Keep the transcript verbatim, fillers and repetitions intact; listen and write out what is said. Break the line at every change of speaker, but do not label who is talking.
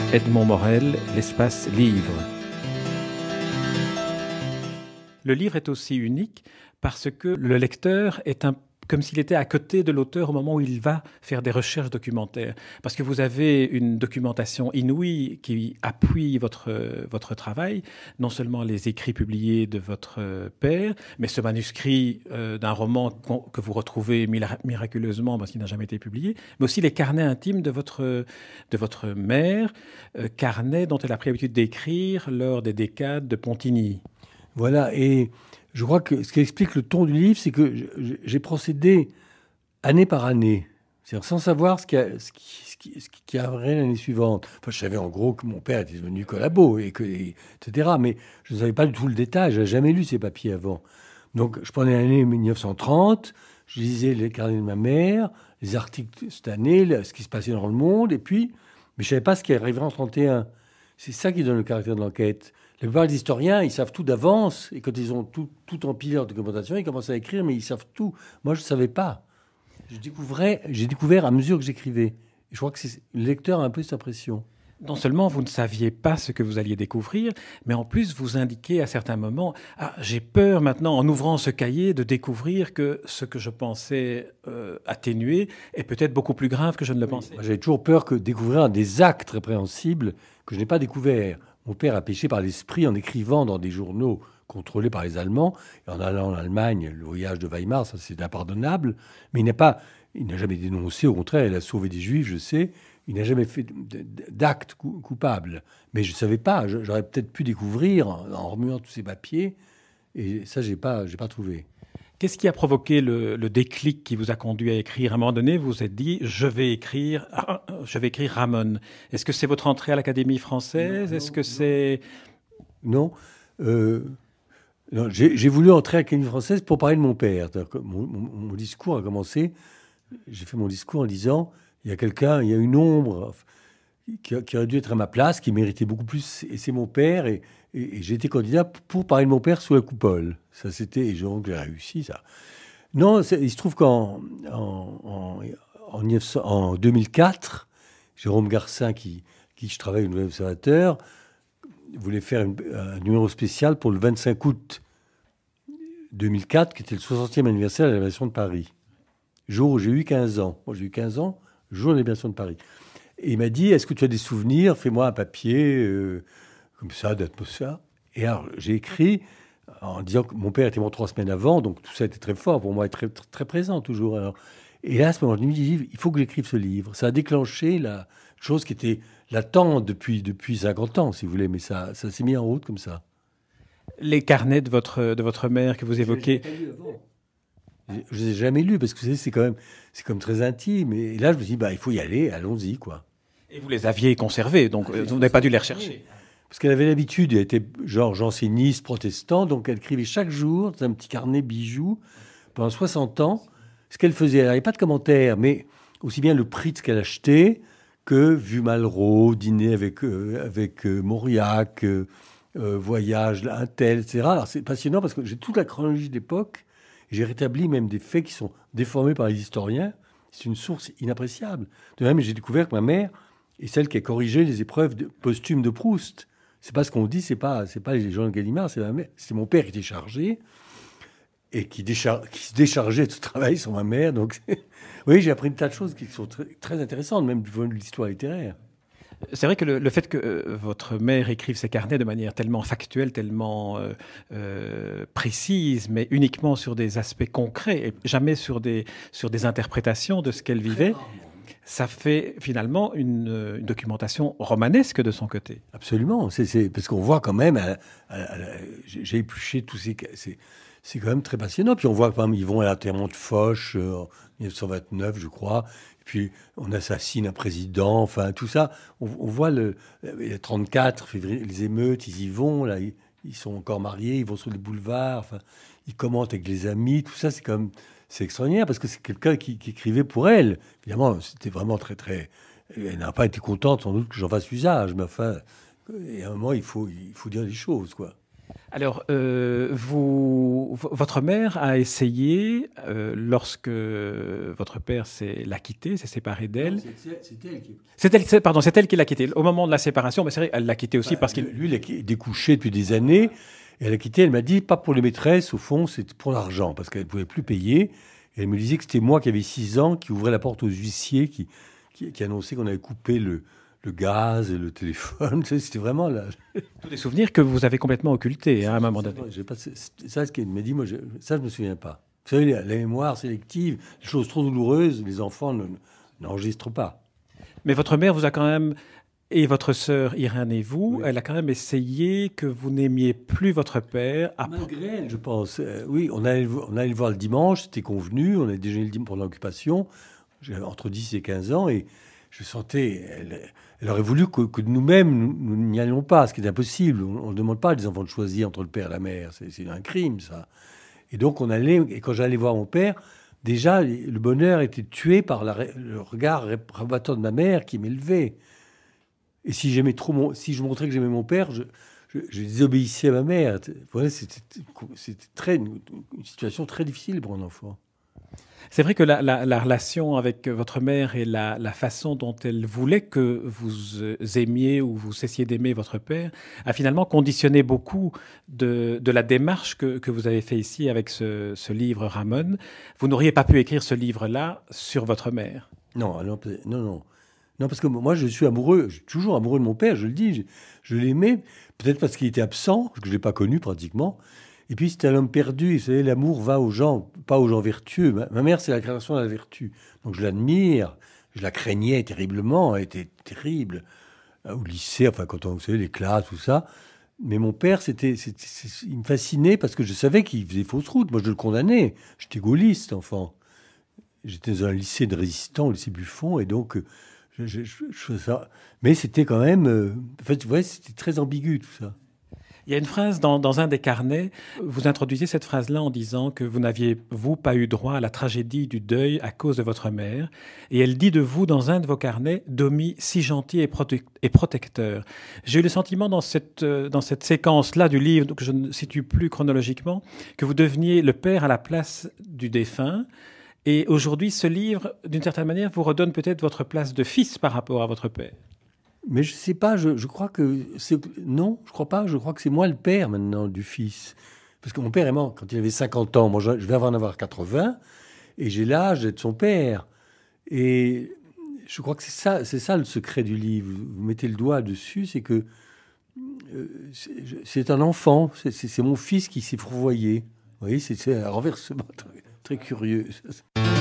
Edmond Morel, l'espace livre. Le livre est aussi unique parce que le lecteur est un comme s'il était à côté de l'auteur au moment où il va faire des recherches documentaires. Parce que vous avez une documentation inouïe qui appuie votre, votre travail, non seulement les écrits publiés de votre père, mais ce manuscrit euh, d'un roman que vous retrouvez miraculeusement parce qu'il n'a jamais été publié, mais aussi les carnets intimes de votre, de votre mère, euh, carnets dont elle a pris l'habitude d'écrire lors des décades de Pontigny.
Voilà, et je crois que ce qui explique le ton du livre, c'est que j'ai procédé année par année, c'est-à-dire sans savoir ce qui, a, ce qui, ce qui, ce qui arriverait l'année suivante. Enfin, je savais en gros que mon père était devenu collabo, et que, et, et cetera. Mais je ne savais pas du tout le détail, je n'avais jamais lu ces papiers avant. Donc, je prenais l'année mille neuf cent trente, je lisais les carnets de ma mère, les articles de cette année, ce qui se passait dans le monde, et puis, mais je ne savais pas ce qui arriverait en trente et un. C'est ça qui donne le caractère de l'enquête. La plupart des historiens, ils savent tout d'avance, et quand ils ont tout, tout empilé leur documentation, ils commencent à écrire, mais ils savent tout. Moi, je ne savais pas. Je découvrais, j'ai découvert à mesure que j'écrivais. Et je crois que c'est, le lecteur a un peu cette impression.
Non seulement vous ne saviez pas ce que vous alliez découvrir, mais en plus vous indiquez à certains moments « Ah, j'ai peur maintenant, en ouvrant ce cahier, de découvrir que ce que je pensais euh, atténuer est peut-être beaucoup plus grave que je ne le pensais. »
Moi, j'avais toujours peur que découvrir des actes répréhensibles que je n'ai pas découverts. Mon père a péché par l'esprit en écrivant dans des journaux contrôlés par les Allemands. Et en allant en Allemagne, le voyage de Weimar, ça c'est impardonnable. Mais il n'a pas, il n'a jamais dénoncé, au contraire, il a sauvé des Juifs, je sais. Il n'a jamais fait d'actes coupables. Mais je ne savais pas. J'aurais peut-être pu découvrir en remuant tous ces papiers. Et ça, je n'ai pas, j'ai pas trouvé.
Qu'est-ce qui a provoqué le, le déclic qui vous a conduit à écrire ? À un moment donné, vous vous êtes dit « je vais écrire, je vais écrire Ramon ». Est-ce que c'est votre entrée à l'Académie française ? Non, Est-ce non, que c'est...
Non. Euh, non j'ai, j'ai voulu entrer à l'Académie française pour parler de mon père. Mon, mon, mon discours a commencé... J'ai fait mon discours en disant « il y a quelqu'un, il y a une ombre qui, qui aurait dû être à ma place, qui méritait beaucoup plus, et c'est mon père. » Et, et, et j'ai été candidat pour parler de mon père sous la coupole. Ça, c'était... Et donc, j'ai réussi, ça. Non, il se trouve qu'en en, en, en, en deux mille quatre, Jérôme Garcin, qui, qui je travaille au Nouvel Observateur, voulait faire une, un numéro spécial pour le vingt-cinq août deux mille quatre, qui était le soixantième anniversaire de la Libération de Paris. Jour où j'ai eu quinze ans. Moi, j'ai eu quinze ans, jour de la Libération de Paris. Et il m'a dit, est-ce que tu as des souvenirs ? Fais-moi un papier, euh, comme ça, d'atmosphère. Et alors, j'ai écrit en disant que mon père était mort trois semaines avant, donc tout ça était très fort pour moi, et très, très, très présent toujours. Alors, et là, à ce moment, je me dis, il faut que j'écrive ce livre. Ça a déclenché la chose qui était latente depuis, depuis cinquante ans, si vous voulez, mais ça, ça s'est mis en route comme ça.
Les carnets de votre, de votre mère que vous évoquez...
Je ne les ai jamais lus, parce que vous savez, c'est quand même, c'est comme très intime. Et là, je me dis, bah, il faut y aller, allons-y, quoi.
Et vous les aviez conservés, donc ah, vous n'avez pas dû les rechercher.
Parce qu'elle avait l'habitude, elle était genre janséniste, protestant, donc elle écrivait chaque jour dans un petit carnet bijoux pendant soixante ans. Ce qu'elle faisait, elle n'avait pas de commentaires, mais aussi bien le prix de ce qu'elle achetait que vue Malraux, dîner avec, euh, avec euh, Mauriac, euh, euh, voyage, un tel, et cetera. Alors c'est passionnant parce que j'ai toute la chronologie de l'époque. J'ai rétabli même des faits qui sont déformés par les historiens. C'est une source inappréciable. De même, j'ai découvert que ma mère est celle qui a corrigé les épreuves de, posthumes de Proust. C'est pas ce qu'on dit, c'est pas, c'est pas les gens de Gallimard, c'est ma mère. C'est mon père qui était chargé et qui, déchar- qui se déchargeait de ce travail sur ma mère. Donc, oui, j'ai appris une tas de choses qui sont très, très intéressantes, même du point de vue de l'histoire littéraire.
C'est vrai que le, le fait que euh, votre mère écrive ses carnets de manière tellement factuelle, tellement euh, euh, précise, mais uniquement sur des aspects concrets et jamais sur des, sur des interprétations de ce qu'elle vivait, ça fait finalement une, une documentation romanesque de son côté.
Absolument, c'est, c'est, parce qu'on voit quand même, à, à, à, j'ai épluché tous ces... C'est, c'est quand même très passionnant. Puis on voit quand même, ils vont à l'enterrement de Foch euh, en dix-neuf cent vingt-neuf, je crois. Et puis on assassine un président. Enfin, tout ça. On, on voit le, le trente-quatre, février, les émeutes, ils y vont. Là, ils, ils sont encore mariés, ils vont sur les boulevards. Enfin, ils commentent avec les amis. Tout ça, c'est quand même, c'est extraordinaire parce que c'est quelqu'un qui, qui écrivait pour elle. Évidemment, c'était vraiment très, très... Elle n'a pas été contente, sans doute, que j'en fasse usage. Mais enfin, à un moment, il faut, il faut dire les choses, quoi.
Alors, euh, vous, v- votre mère a essayé, euh, lorsque votre père s'est, l'a quittée, s'est séparé
Non,
d'elle.
c'est c'est- c'est elle qui...
C'est elle, c'est- pardon, c'est elle qui l'a quitté. Au moment de la séparation, mais c'est vrai, elle l'a quitté aussi
Enfin,
parce qu'il...
lui, il est découché depuis des années. Et elle a quitté, elle m'a dit, pas pour les maîtresses, au fond, c'était pour l'argent, parce qu'elle ne pouvait plus payer. Et elle me disait que c'était moi qui avais six ans, qui ouvrais la porte aux huissiers, qui, qui, qui annonçait qu'on avait coupé le, le gaz et le téléphone. Tu sais, c'était vraiment là.
Tous des souvenirs que vous avez complètement occultés, hein, à un moment donné.
J'ai pas, c'est ça, ce qu'elle m'a dit, moi, je, ça, je me souviens pas. Vous savez, la, la mémoire sélective, les choses trop douloureuses, les enfants ne- n'enregistrent pas.
Mais votre mère vous a quand même, et votre sœur Irène et vous,
Oui.
elle a quand même essayé que vous n'aimiez plus votre père. après-
Malgré elle, je pense. Euh, oui, on allait, le vo- on allait le voir le dimanche, c'était convenu, on a déjeuné le dimanche pour l'occupation. J'avais entre dix et quinze ans et je sentais, elle, elle aurait voulu que, que nous-mêmes, nous nous n'y allions pas, ce qui est impossible. On ne demande pas à des enfants de choisir entre le père et la mère, c'est c'est un crime, ça. Et donc on allait, et quand j'allais voir mon père, déjà le bonheur était tué par la ré- le regard rabattant de ma mère qui m'élevait. Et si j'aimais trop mon, si je montrais que j'aimais mon père, je, je, je désobéissais à ma mère. Voilà, c'était c'était très une, une situation très difficile pour un enfant.
C'est vrai que la, la- la relation avec votre mère et la, la façon dont elle voulait que vous euh, aimiez ou vous cessiez d'aimer votre père a finalement conditionné beaucoup de, de la démarche que, que vous avez fait ici avec ce, ce livre Ramon. Vous n'auriez pas pu écrire ce livre-là sur votre mère.
Non, ah non, non, non. Non, parce que moi, je suis amoureux, je suis toujours amoureux de mon père, je le dis. Je, je l'aimais, peut-être parce qu'il était absent, parce que je ne l'ai pas connu pratiquement. Et puis, c'était un homme perdu. Vous savez, l'amour va aux gens, pas aux gens vertueux. Ma, ma mère, c'est la création de la vertu. Donc, je l'admire. Je la craignais terriblement. Elle était terrible. Au lycée, enfin, quand on, vous savez, les classes, tout ça. Mais mon père, c'était, c'était- c'est- il me fascinait parce que je savais qu'il faisait fausse route. Moi, je le condamnais. J'étais gaulliste, enfant. J'étais dans un lycée de résistants, au lycée Buffon, et donc euh, je, je- je- je faisais ça. Mais c'était quand même, euh, en fait, ouais, c'était très ambigu tout ça.
Il y a une phrase dans, dans un des carnets, vous introduisez cette phrase-là en disant que vous n'aviez, vous, pas eu droit à la tragédie du deuil à cause de votre mère. Et elle dit de vous, dans un de vos carnets, Domi, si gentil et, prote- et protecteur. J'ai eu le sentiment dans cette, euh, dans cette séquence-là du livre, que je ne situe plus chronologiquement, que vous deveniez le père à la place du défunt. Et aujourd'hui, ce livre, d'une certaine manière, vous redonne peut-être votre place de fils par rapport à votre père.
Mais je sais pas, je, je crois que c'est, non, je crois pas, je crois que c'est moi le père maintenant du fils. Parce que mon père est mort quand il avait cinquante ans, moi je, je vais en avoir quatre-vingts, et j'ai l'âge d'être son père. Et je crois que c'est ça, c'est ça le secret du livre. Vous mettez le doigt dessus, c'est que euh, c'est, c'est un enfant, c'est, c'est- c'est mon fils qui s'est fourvoyé. Vous voyez, c'est, c'est un renversement très, très curieux.